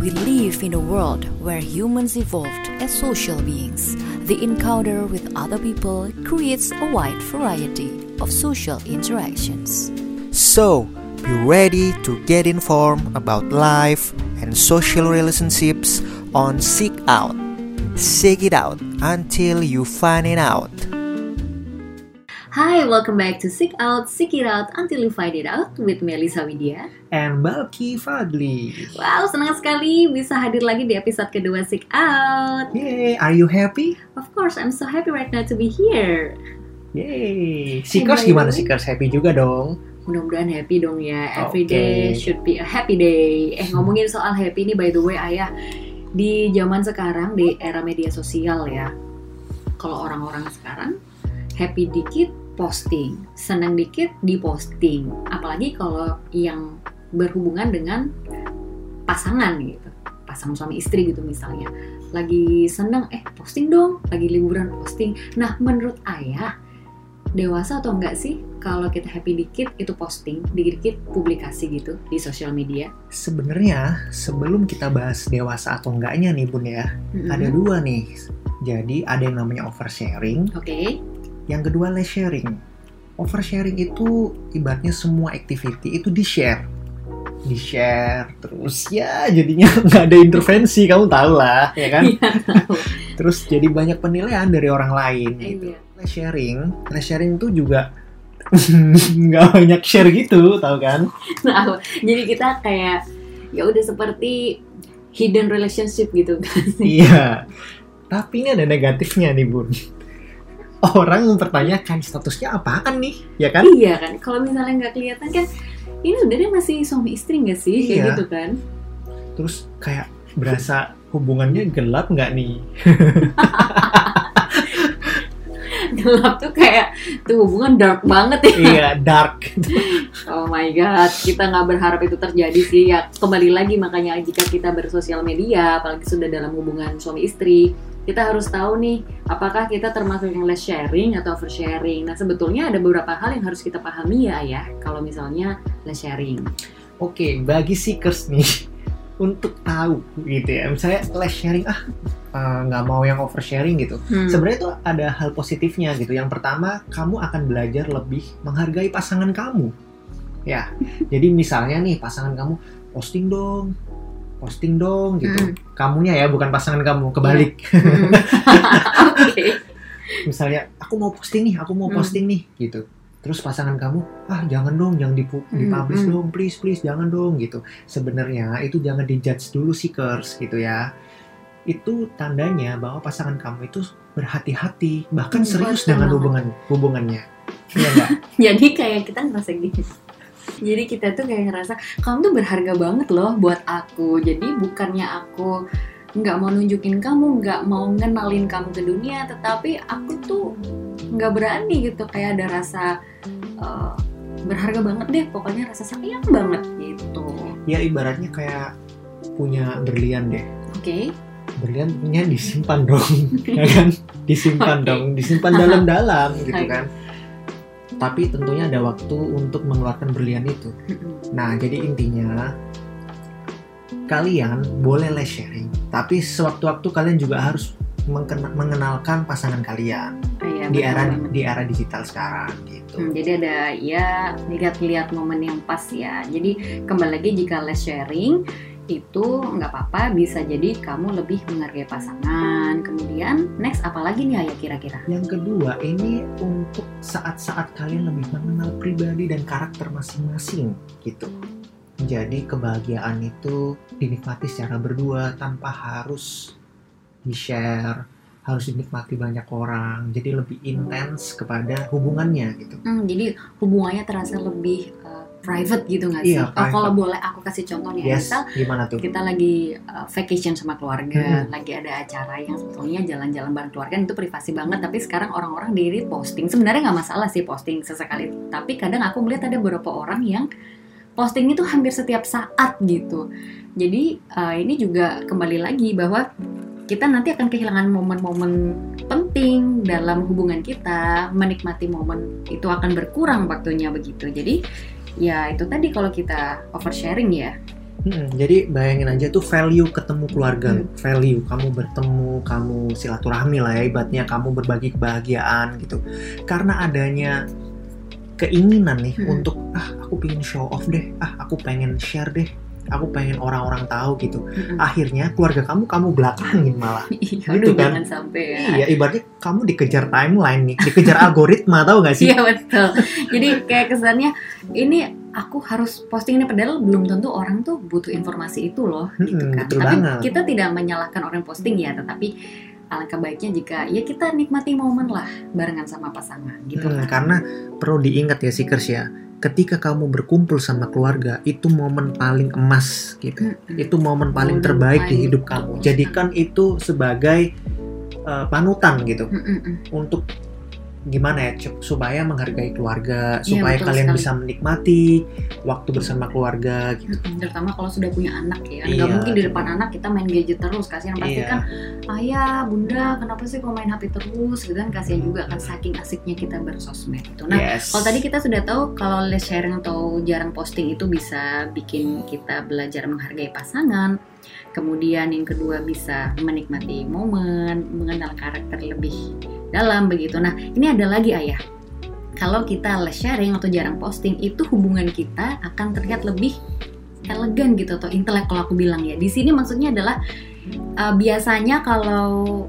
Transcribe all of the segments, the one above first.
We live in a world where humans evolved as social beings. The encounter with other people creates a wide variety of social interactions. So, be ready to get informed about life and social relationships on Seek Out. Seek it out until you find it out. Hi, welcome back to Seek Out, Seek It Out Until You Find It Out with Melisa Widya And Balki Fadli. Wow, senang sekali bisa hadir lagi di episode kedua Seek Out. Yay, are you happy? Of course, I'm so happy right now to be here. Yay. Seekers gimana Seekers? Happy juga dong? Mudah-mudahan happy dong ya. Every Okay. day should be a happy day. Ngomongin soal happy nih, by the way Ayah, di zaman sekarang, di era media sosial ya, kalau orang-orang sekarang happy dikit posting, senang dikit diposting, apalagi kalau yang berhubungan dengan pasangan gitu, pasangan suami istri gitu misalnya, lagi senang posting dong, lagi liburan posting. Nah, menurut Ayah dewasa atau enggak sih kalau kita happy dikit itu posting, dikit-dikit publikasi gitu di sosial media? Sebenarnya sebelum kita bahas dewasa atau enggaknya nih Bun ya, ada dua nih. Jadi ada yang namanya oversharing. Oke. Yang kedua less sharing. Oversharing itu ibaratnya semua activity itu di-share terus ya jadinya nggak ada intervensi, kamu tahu lah ya kan. Terus jadi banyak penilaian dari orang lain gitu. Less sharing itu juga nggak banyak share gitu, tahu kan. Nah, jadi kita kayak ya udah seperti hidden relationship gitu kan. Iya, tapi ini ada negatifnya nih Bun. Orang mempertanyakan statusnya apaan nih, ya kan? Iya kan, kalau misalnya nggak kelihatan kan, ini sebenarnya masih suami istri nggak sih, kayak gitu kan? Terus kayak berasa hubungannya gelap nggak nih? Gelap tuh kayak tuh hubungan dark banget ya. Iya, dark. Oh my god, kita nggak berharap itu terjadi sih ya. Kembali lagi, makanya jika kita bersosial media, apalagi sudah dalam hubungan suami istri, kita harus tahu nih, apakah kita termasuk yang less sharing atau oversharing. Nah, sebetulnya ada beberapa hal yang harus kita pahami ya, kalau misalnya less sharing. Oke, bagi seekers nih, untuk tahu gitu ya, misalnya less sharing, nggak mau yang oversharing gitu. Sebenarnya itu ada hal positifnya gitu. Yang pertama, kamu akan belajar lebih menghargai pasangan kamu. Ya, jadi misalnya nih pasangan kamu posting dong gitu. Kamunya ya, bukan pasangan kamu, kebalik. Oke. Misalnya aku mau posting nih gitu. Terus pasangan kamu, jangan dong, jangan dipublish dong, please jangan dong gitu. Sebenarnya itu jangan dijudge dulu seekers gitu ya. Itu tandanya bahwa pasangan kamu itu berhati-hati, bahkan serius dengan hubungannya. Iya enggak? Jadi kayak kita ngerasa gini. Jadi kita tuh kayak ngerasa kamu tuh berharga banget loh buat aku. Jadi bukannya aku nggak mau nunjukin kamu, nggak mau ngenalin kamu ke dunia, tetapi aku tuh nggak berani gitu. Kayak ada rasa berharga banget deh, pokoknya rasa sayang banget gitu. Ya ibaratnya kayak punya berlian deh. Oke. Berliannya disimpan dong, ya kan? Disimpan dong, disimpan dalam-dalam gitu kan. Tapi tentunya ada waktu untuk mengeluarkan berlian itu. Nah, jadi intinya kalian boleh less sharing, tapi sewaktu-waktu kalian juga harus mengenalkan pasangan kalian di era digital sekarang gitu. Jadi ada ya lihat momen yang pas ya. Jadi kembali lagi, jika less sharing itu nggak apa-apa, bisa jadi kamu lebih menghargai pasangan. Kemudian next apa lagi nih Ayah kira-kira? Yang kedua, ini untuk saat-saat kalian lebih mengenal pribadi dan karakter masing-masing gitu. Jadi kebahagiaan itu dinikmati secara berdua tanpa harus di-share, harus dinikmati banyak orang. Jadi lebih intens kepada hubungannya gitu. Jadi hubungannya terasa lebih private gitu nggak sih? Iya, kalau boleh aku kasih contoh nih, yes, misal gimana tuh? kita lagi vacation sama keluarga, lagi ada acara yang sebetulnya jalan-jalan bareng keluarga, itu privasi banget, tapi sekarang orang-orang diri posting. Sebenarnya nggak masalah sih posting sesekali, tapi kadang aku melihat ada beberapa orang yang posting itu hampir setiap saat gitu. Jadi ini juga kembali lagi bahwa kita nanti akan kehilangan momen-momen penting dalam hubungan kita, menikmati momen itu akan berkurang waktunya begitu. Jadi ya itu tadi, kalau kita oversharing ya, Jadi bayangin aja tuh value ketemu keluarga, value kamu bertemu, kamu silaturahmi lah ya, ibaratnya kamu berbagi kebahagiaan gitu. Karena adanya keinginan nih untuk aku pengen show off deh, aku pengen share deh, aku pengen orang-orang tahu gitu. Akhirnya keluarga kamu belakangin malah. Gitu kan? Jangan sampai ya. Iya, ibaratnya kamu dikejar timeline nih, dikejar algoritma, tahu nggak sih? Iya betul. Jadi kayak kesannya ini aku harus posting ini, padahal belum tentu orang tuh butuh informasi itu loh, gitu kan. Betul tapi banget. Kita tidak menyalahkan orang posting ya, tetapi alangkah baiknya jika ya kita nikmati momen lah barengan sama pasangan, gitu kan. Karena perlu diingat ya Seekers ya, ketika kamu berkumpul sama keluarga itu momen paling emas gitu. Itu momen paling terbaik di hidup kamu. Jadikan itu sebagai panutan gitu untuk gimana ya, supaya menghargai keluarga, supaya kalian bisa menikmati waktu bersama keluarga gitu. Terutama kalau sudah punya anak ya, nggak mungkin di depan anak kita main gadget terus, kasihan pasti kan ayah, bunda kenapa sih kok main HP terus gitu kan, kasihan juga kan saking asiknya kita bersosmed itu. Nah kalau tadi kita sudah tahu kalau less sharing atau jarang posting itu bisa bikin kita belajar menghargai pasangan. Kemudian yang kedua bisa menikmati momen, mengenal karakter lebih dalam begitu. Nah ini ada lagi ayah, kalau kita less sharing atau jarang posting itu hubungan kita akan terlihat lebih elegan gitu atau intelek kalau aku bilang ya. Di sini maksudnya adalah biasanya kalau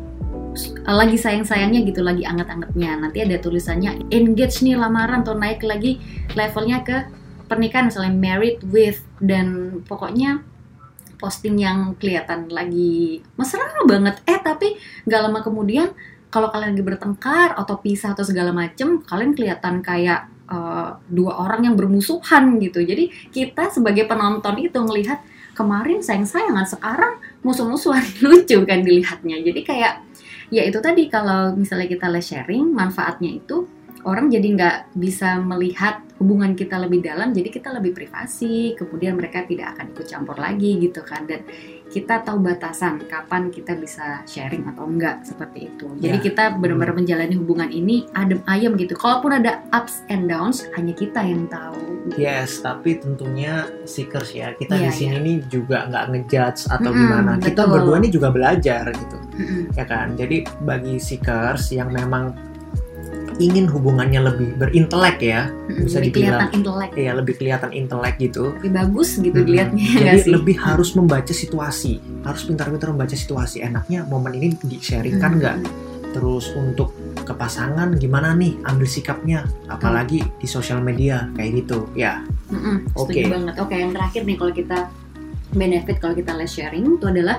lagi sayang-sayangnya gitu, lagi anget-angetnya, nanti ada tulisannya engage nih, lamaran, atau naik lagi levelnya ke pernikahan, misalnya married with, dan pokoknya posting yang kelihatan lagi mesra banget. Tapi gak lama kemudian kalau kalian lagi bertengkar atau pisah atau segala macem, kalian kelihatan kayak dua orang yang bermusuhan gitu. Jadi kita sebagai penonton itu ngelihat kemarin sayang-sayangan, sekarang musuh-musuhan. Lucu kan dilihatnya. Jadi kayak ya itu tadi, kalau misalnya kita less sharing, manfaatnya itu orang jadi nggak bisa melihat hubungan kita lebih dalam, jadi kita lebih privasi, kemudian mereka tidak akan ikut campur lagi gitu kan, dan kita tahu batasan kapan kita bisa sharing atau enggak, seperti itu. Jadi kita benar-benar menjalani hubungan ini adem ayem gitu, kalaupun ada ups and downs hanya kita yang tahu. Yes, tapi tentunya Seekers ya, kita di sini nih juga nggak ngejudge atau gimana, kita berdua ini juga belajar gitu, ya kan. Jadi bagi Seekers yang memang ingin hubungannya lebih berintelek ya, bisa dibilang lebih kelihatan intelek gitu, lebih bagus gitu dilihatnya. Jadi lebih harus membaca situasi, harus pintar-pintar membaca situasi. Enaknya momen ini di-sharingkan nggak? Terus untuk ke pasangan gimana nih ambil sikapnya, apalagi di sosial media kayak gitu ya. Setuju banget. Oke, yang terakhir nih, kalau kita benefit kalau kita less sharing itu adalah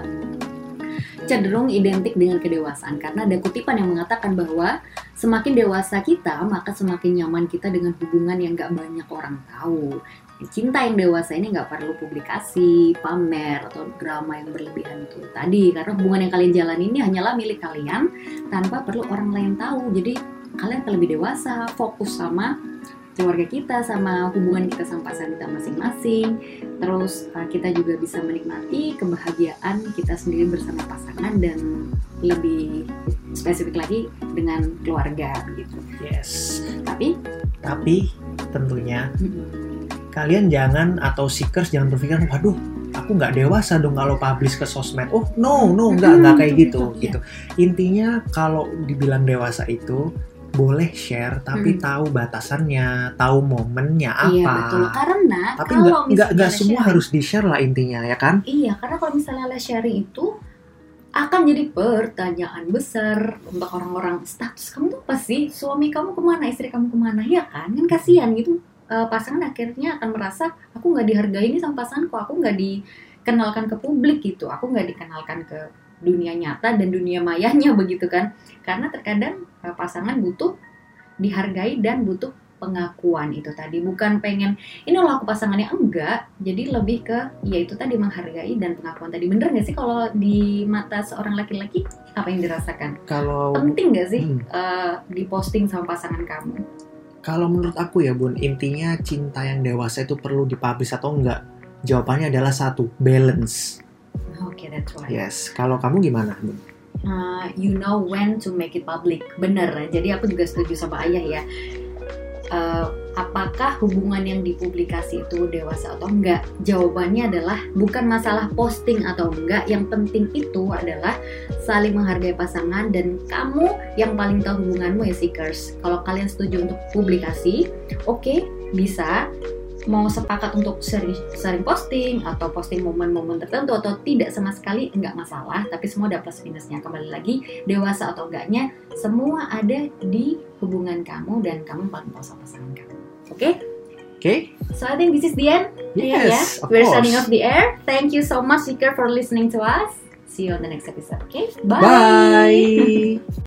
cenderung identik dengan kedewasaan, karena ada kutipan yang mengatakan bahwa semakin dewasa kita, maka semakin nyaman kita dengan hubungan yang gak banyak orang tahu. Cinta yang dewasa ini gak perlu publikasi, pamer, atau drama yang berlebihan itu tadi, karena hubungan yang kalian jalani ini hanyalah milik kalian tanpa perlu orang lain tahu. Jadi kalian akan lebih dewasa, fokus sama keluarga kita, sama hubungan kita sama pasangan kita masing-masing. Terus kita juga bisa menikmati kebahagiaan kita sendiri bersama pasangan, dan lebih spesifik lagi dengan keluarga gitu. Yes. Tapi tentunya kalian jangan, atau Seekers jangan berpikir, waduh aku nggak dewasa dong kalau publish ke sosmed. Oh no, nggak kayak gitu. Intinya kalau dibilang dewasa itu boleh share, tapi tahu batasannya, tahu momennya apa. Iya betul, karena tapi nggak semua harus di-share lah intinya, ya kan? Iya, karena kalau misalnya sharing itu akan jadi pertanyaan besar untuk orang-orang, status kamu tuh apa sih? Suami kamu kemana? Istri kamu kemana? Ya kan kasihan gitu. Pasangan akhirnya akan merasa aku nggak dihargai nih sama pasanganku, aku nggak dikenalkan ke publik gitu, aku nggak dikenalkan ke dunia nyata dan dunia mayanya begitu kan. Karena terkadang pasangan butuh dihargai dan butuh pengakuan itu tadi, bukan pengen ini loh aku pasangannya, enggak. Jadi lebih ke ya itu tadi, menghargai dan pengakuan tadi. Bener nggak sih kalau di mata seorang laki-laki apa yang dirasakan? Kalau penting nggak sih diposting sama pasangan kamu? Kalau menurut aku ya Bun, intinya cinta yang dewasa itu perlu dipublish atau enggak? Jawabannya adalah satu, balance. Oke, that's right. Yes, kalau kamu gimana Bun? You know when to make it public. Bener, jadi aku juga setuju sama ayah ya. apakah hubungan yang dipublikasi itu dewasa atau enggak? Jawabannya adalah bukan masalah posting atau enggak. Yang penting itu adalah saling menghargai pasangan, dan kamu yang paling tahu hubunganmu ya seekers. Kalau kalian setuju untuk publikasi, oke, bisa. Mau sepakat untuk sering posting atau posting momen-momen tertentu atau tidak sama sekali, enggak masalah. Tapi semua ada plus minusnya. Kembali lagi, dewasa atau enggaknya semua ada di hubungan kamu, dan kamu paling tahu sama pasangan kamu. Oke? So I think this is the end. Yes, of We're course. signing off the air. Thank you so much, Seeker, for listening to us. See you on the next episode. Okay? Bye.